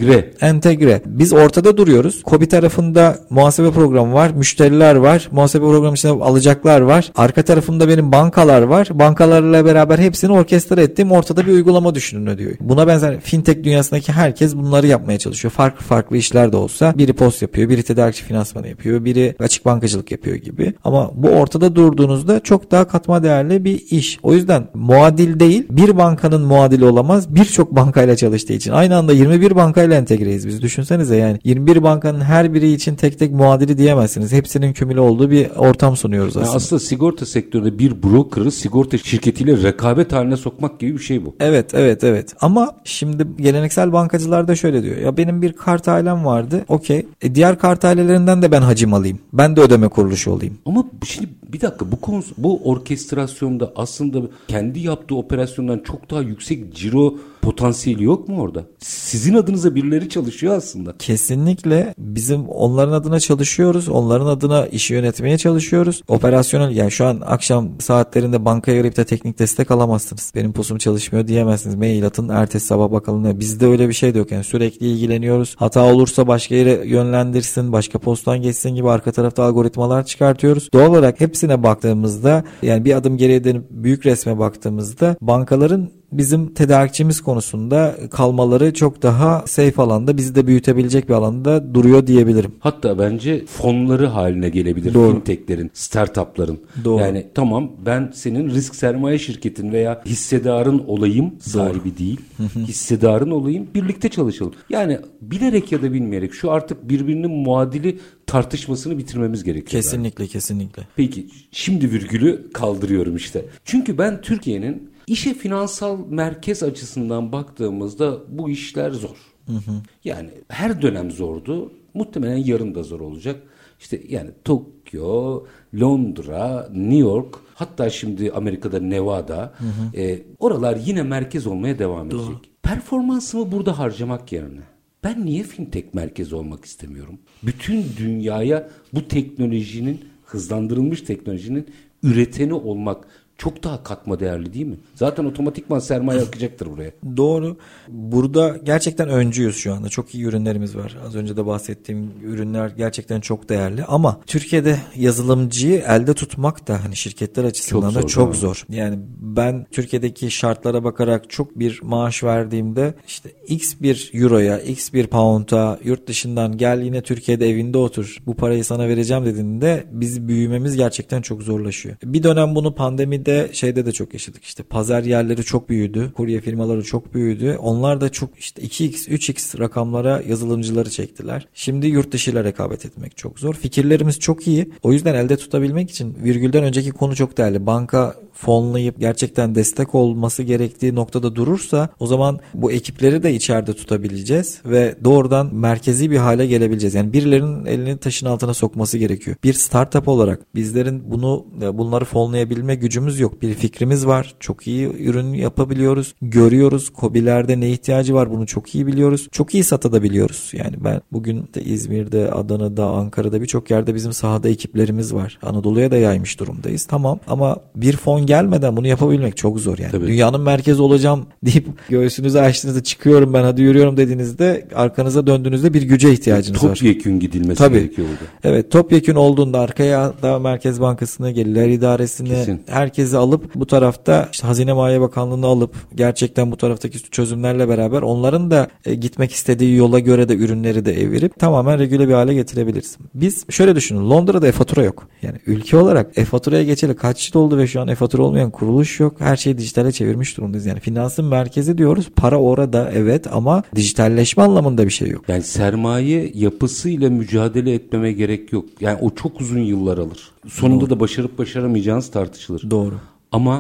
Entegre. Biz ortada duruyoruz. KOBİ tarafında muhasebe programı var, müşteriler var. Muhasebe programı içinde alacaklar var. Arka tarafında benim bankalar var. Bankalarla beraber hepsini orkestra ettiğim ortada bir uygulama düşünün diyor. Buna benzer fintech dünyasındaki herkes bunları yapmaya çalışıyor. Farklı işler de olsa biri post yapıyor, biri tedarikçi finansmanı yapıyor, biri açık bankacılık yapıyor gibi. Ama bu ortada durduğunuzda çok daha katma değerli bir iş. O yüzden muadil değil, bir bankanın muadili olamaz. Birçok bankayla çalıştığı için. Aynı anda 21 bankayla entegreyiz biz. Düşünsenize yani 21 bankanın her biri için tek tek muadili diyemezsiniz. Hepsinin kümüle olduğu bir ortam sunuyoruz aslında. Yani aslında sigorta sektöründe bir broker'ı sigorta şirketiyle rekabet haline sokmak gibi bir şey bu. Evet. Ama şimdi geleneksel bankacılar da şöyle diyor. Ya benim bir kart ailem vardı. Okey. Diğer kart ailelerinden de ben hacim alayım. Ben de ödeme kuruluşu olayım. Ama şimdi bir dakika, bu orkestrasyonda aslında kendi yaptığı operasyondan çok daha yüksek ciro potansiyeli yok mu orada? Sizin adınıza birileri çalışıyor aslında. Kesinlikle bizim onların adına çalışıyoruz. Onların adına işi yönetmeye çalışıyoruz. Operasyonel, yani şu an akşam saatlerinde bankaya arayıp da teknik destek alamazsınız. Benim posum çalışmıyor diyemezsiniz. Mail atın, ertesi sabah bakalım. Bizde öyle bir şey de yok. Yani sürekli ilgileniyoruz. Hata olursa başka yere yönlendirsin, başka posttan geçsin gibi arka tarafta algoritmalar çıkartıyoruz. Doğal olarak hepsine baktığımızda, yani bir adım geriye dönüp büyük resme baktığımızda bankaların bizim tedarikçimiz konusunda kalmaları çok daha safe alanda, bizi de büyütebilecek bir alanda duruyor diyebilirim. Hatta bence fonları haline gelebilir. Doğru. Fintechlerin, startupların. Doğru. Yani tamam, ben senin risk sermaye şirketin veya hissedarın olayım, sahibi değil, hissedarın olayım, birlikte çalışalım. Yani bilerek ya da bilmeyerek şu artık birbirinin muadili tartışmasını bitirmemiz gerekiyor. Kesinlikle. Peki şimdi virgülü kaldırıyorum işte. Çünkü ben Türkiye'nin İşe finansal merkez açısından baktığımızda bu işler zor. Yani her dönem zordu. Muhtemelen yarın da zor olacak. İşte yani Tokyo, Londra, New York, hatta şimdi Amerika'da Nevada, oralar yine merkez olmaya devam edecek. Doğru. Performansımı burada harcamak yerine ben niye fintech merkezi olmak istemiyorum? Bütün dünyaya bu teknolojinin, hızlandırılmış teknolojinin üreteni olmak çok daha katma değerli değil mi? Zaten otomatikman sermaye akacaktır buraya. Doğru. Burada gerçekten öncüyüz şu anda. Çok iyi ürünlerimiz var. Az önce de bahsettiğim ürünler gerçekten çok değerli. Ama Türkiye'de yazılımcıyı elde tutmak da hani şirketler açısından da çok zor. Yani ben Türkiye'deki şartlara bakarak çok bir maaş verdiğimde işte X bir euroya, X bir pound'a yurt dışından gel yine Türkiye'de evinde otur, bu parayı sana vereceğim dediğinde biz büyümemiz gerçekten çok zorlaşıyor. Bir dönem bunu pandemide şeyde de çok yaşadık. İşte pazar yerleri çok büyüdü. Kurye firmaları çok büyüdü. Onlar da çok işte 2x, 3x rakamlara yazılımcıları çektiler. Şimdi yurt dışıyla rekabet etmek çok zor. Fikirlerimiz çok iyi. O yüzden elde tutabilmek için virgülden önceki konu çok değerli. Banka fonlayıp gerçekten destek olması gerektiği noktada durursa o zaman bu ekipleri de içeride tutabileceğiz ve doğrudan merkezi bir hale gelebileceğiz. Yani birilerinin elini taşın altına sokması gerekiyor. Bir startup olarak bizlerin bunları fonlayabilme gücümüz yok. Bir fikrimiz var. Çok iyi ürün yapabiliyoruz. Görüyoruz. KOBİ'lerde ne ihtiyacı var bunu çok iyi biliyoruz. Çok iyi satabiliyoruz. Yani ben bugün de İzmir'de, Adana'da, Ankara'da birçok yerde bizim sahada ekiplerimiz var. Anadolu'ya da yaymış durumdayız. Tamam ama bir fon gelmeden bunu yapabilmek çok zor yani. Tabii. Dünyanın merkezi olacağım deyip göğsünüzü açtığınızda çıkıyorum ben hadi yürüyorum dediğinizde arkanıza döndüğünüzde bir güce ihtiyacınız var. Topyekün gidilmesi gerekiyor burada. Evet, topyekün olduğunda arkaya da Merkez Bankası'nı, Gelirler İdaresi'ni, herkesi alıp bu tarafta işte Hazine Maliye Bakanlığı'nı alıp gerçekten bu taraftaki çözümlerle beraber onların da gitmek istediği yola göre de ürünleri de evirip tamamen regüle bir hale getirebiliriz. Biz şöyle düşünün, Londra'da e-fatura yok. Yani ülke olarak e-faturaya geçeli kaç yıl oldu ve şu an e-fatura olmayan kuruluş yok. Her şeyi dijitale çevirmiş durumdayız. Yani finansın merkezi diyoruz. Para orada evet ama dijitalleşme anlamında bir şey yok. Yani sermaye yapısıyla mücadele etmeme gerek yok. Yani o çok uzun yıllar alır. Sonunda da başarıp başaramayacağınız tartışılır. Doğru. Ama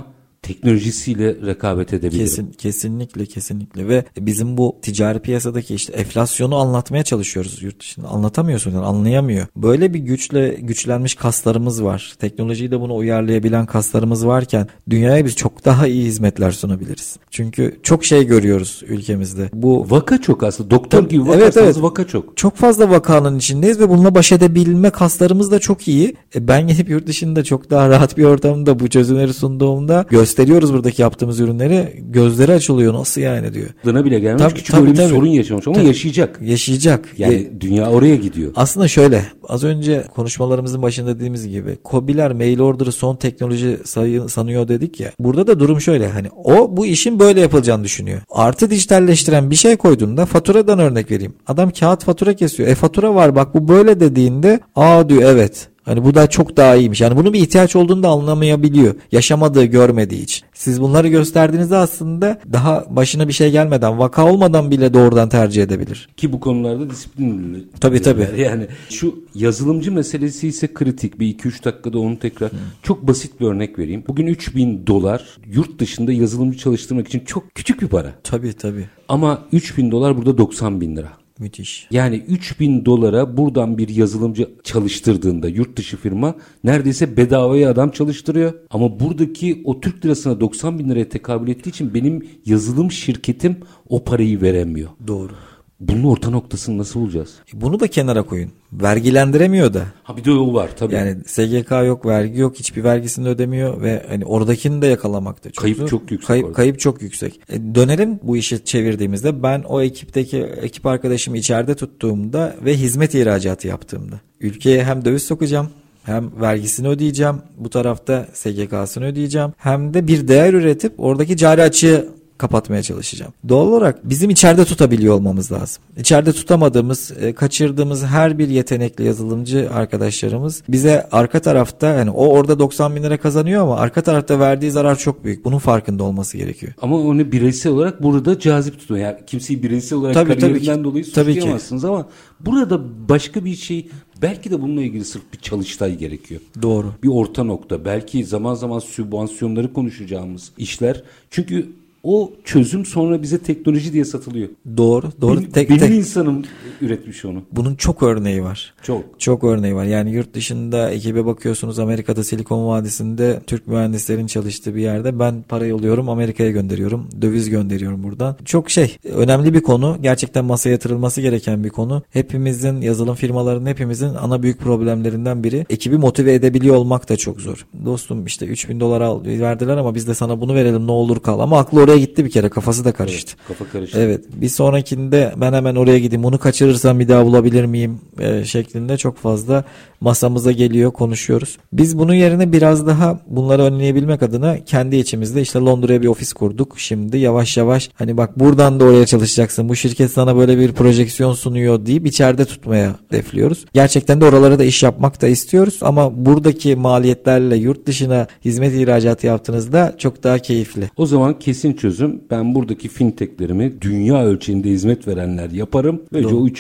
teknolojisiyle rekabet edebilirim. Kesinlikle ve bizim bu ticari piyasadaki işte enflasyonu anlatmaya çalışıyoruz yurt dışında. Anlatamıyorsun, yani anlayamıyor. Böyle bir güçlenmiş kaslarımız var. Teknolojiyi de buna uyarlayabilen kaslarımız varken dünyaya biz çok daha iyi hizmetler sunabiliriz. Çünkü çok şey görüyoruz ülkemizde. Bu vaka çok aslında. Doktor gibi bakarsanız vaka çok. Çok fazla vakanın içindeyiz ve bununla baş edebilme kaslarımız da çok iyi. Ben gidip yurt dışında çok daha rahat bir ortamda bu çözümleri sunduğumda gösteriyoruz buradaki yaptığımız ürünleri. Gözleri açılıyor. Nasıl yani diyor. Aklına bile gelmemiş. Küçük öyle bir sorun yaşamış ama yaşayacak. Yani dünya oraya gidiyor. Aslında şöyle, az önce konuşmalarımızın başında dediğimiz gibi KOBİ'ler mail order'ı son teknoloji sanıyor dedik ya. Burada da durum şöyle, hani o bu işin böyle yapılacağını düşünüyor. Artı dijitalleştiren bir şey koyduğunda, faturadan örnek vereyim. Adam kağıt fatura kesiyor. Fatura var bak bu böyle dediğinde diyor evet. Hani bu da çok daha iyiymiş. Yani bunun bir ihtiyaç olduğunu da anlamayabiliyor. Yaşamadığı, görmediği için. Siz bunları gösterdiğinizde aslında daha başına bir şey gelmeden, vaka olmadan bile doğrudan tercih edebilir. Ki bu konularda disiplinli. Tabii. Yani şu yazılımcı meselesi ise kritik. Bir 2-3 dakikada onu tekrar çok basit bir örnek vereyim. Bugün $3.000 yurt dışında yazılımcı çalıştırmak için çok küçük bir para. Tabii. Ama $3.000 burada $90.000. Müthiş. Yani $3.000 buradan bir yazılımcı çalıştırdığında yurt dışı firma neredeyse bedavaya adam çalıştırıyor. Ama buradaki o Türk lirasına 90 bin liraya tekabül ettiği için benim yazılım şirketim o parayı veremiyor. Doğru. Bunun orta noktasını nasıl bulacağız? Bunu da kenara koyun. Vergilendiremiyor da. Bir de o var tabii. Yani SGK yok, vergi yok, hiçbir vergisini ödemiyor ve hani oradakini de yakalamakta çok kayıp zor. Çok yüksek. Kayıp çok yüksek. Dönelim bu işi çevirdiğimizde, ben o ekip arkadaşımı içeride tuttuğumda ve hizmet ihracatı yaptığımda ülkeye hem döviz sokacağım, hem vergisini ödeyeceğim, bu tarafta SGK'sını ödeyeceğim, hem de bir değer üretip oradaki cari açığı kapatmaya çalışacağım. Doğal olarak bizim içeride tutabiliyor olmamız lazım. İçeride tutamadığımız, kaçırdığımız her bir yetenekli yazılımcı arkadaşlarımız bize arka tarafta, yani o orada 90 bin lira kazanıyor ama arka tarafta verdiği zarar çok büyük. Bunun farkında olması gerekiyor. Ama onu bireysel olarak burada cazip tutuyor. Yani kimseyi bireysel olarak kariyerinden dolayı suçlayamazsınız ama burada başka bir şey, belki de bununla ilgili sırf bir çalıştay gerekiyor. Doğru. Bir orta nokta. Belki zaman zaman sübvansiyonları konuşacağımız işler. Çünkü o çözüm sonra bize teknoloji diye satılıyor. Doğru. Benim insanım üretmiş onu. Bunun çok örneği var. Çok örneği var. Yani yurt dışında ekibe bakıyorsunuz, Amerika'da Silikon Vadisi'nde Türk mühendislerin çalıştığı bir yerde ben para yolluyorum, Amerika'ya gönderiyorum. Döviz gönderiyorum buradan. Çok önemli bir konu. Gerçekten masaya yatırılması gereken bir konu. Hepimizin, yazılım firmalarının hepimizin ana büyük problemlerinden biri. Ekibi motive edebiliyor olmak da çok zor. Dostum işte $3.000 verdiler ama biz de sana bunu verelim, ne olur kal. Ama aklı oraya gitti bir kere, kafası da karıştı. Evet, kafa karıştı. Evet, bir sonrakinde ben hemen oraya gideyim, bunu kaçırırsam bir daha bulabilir miyim şeklinde çok fazla masamıza geliyor, konuşuyoruz. Biz bunun yerine biraz daha bunları önleyebilmek adına kendi içimizde işte Londra'ya bir ofis kurduk. Şimdi yavaş yavaş hani bak buradan da oraya çalışacaksın, bu şirket sana böyle bir projeksiyon sunuyor deyip içeride tutmaya hedefliyoruz. Gerçekten de oralara da iş yapmak da istiyoruz ama buradaki maliyetlerle yurt dışına hizmet ihracatı yaptığınızda çok daha keyifli. O zaman kesin çözüm, ben buradaki fintechlerimi dünya ölçeğinde hizmet verenler yaparım. Böylece o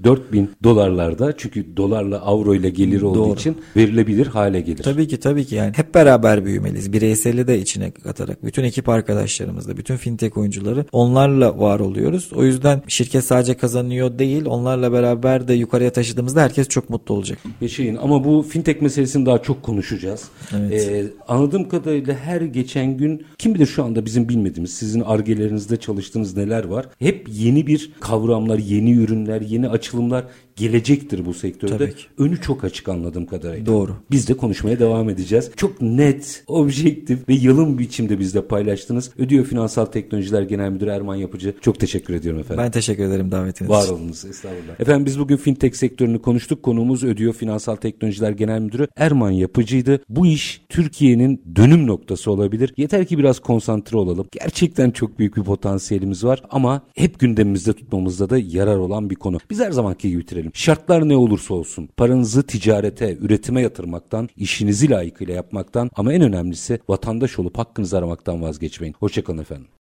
$3.000-4.000 çünkü dolarla avro ile gelir olduğu için verilebilir hale gelir. Tabii ki yani hep beraber büyümeliyiz. Bireyseli de içine katarak bütün ekip arkadaşlarımızla, bütün fintech oyuncuları, onlarla var oluyoruz. O yüzden şirket sadece kazanıyor değil, onlarla beraber de yukarıya taşıdığımızda herkes çok mutlu olacak. Ama bu fintech meselesini daha çok konuşacağız. Evet. Anladığım kadarıyla her geçen gün kim bilir şu anda bizim bilmediğimiz, sizin Ar-Ge'lerinizde çalıştığınız neler var? Hep yeni bir kavramlar, yeni ürünler, yeni açılımlar gelecektir bu sektörde. Önü çok açık anladığım kadarıyla. Doğru. Biz de konuşmaya devam edeceğiz. Çok net, objektif ve yalın biçimde bizle paylaştınız. Ödüyor Finansal Teknolojiler Genel Müdürü Erman Yapıcı. Çok teşekkür ediyorum efendim. Ben teşekkür ederim davetiniz için. Var olunuz. Estağfurullah. Efendim biz bugün fintech sektörünü konuştuk. Konuğumuz Ödüyor Finansal Teknolojiler Genel Müdürü Erman Yapıcı'ydı. Bu iş Türkiye'nin dönüm noktası olabilir. Yeter ki biraz konsantre olalım. Gerçekten çok büyük bir potansiyelimiz var ama hep gündemimizde tutmamızda da yarar olan bir konu. Biz her zamanki gibi bitirelim. Şartlar ne olursa olsun paranızı ticarete, üretime yatırmaktan, işinizi layıkıyla yapmaktan ama en önemlisi vatandaş olup hakkınızı aramaktan vazgeçmeyin. Hoşçakalın efendim.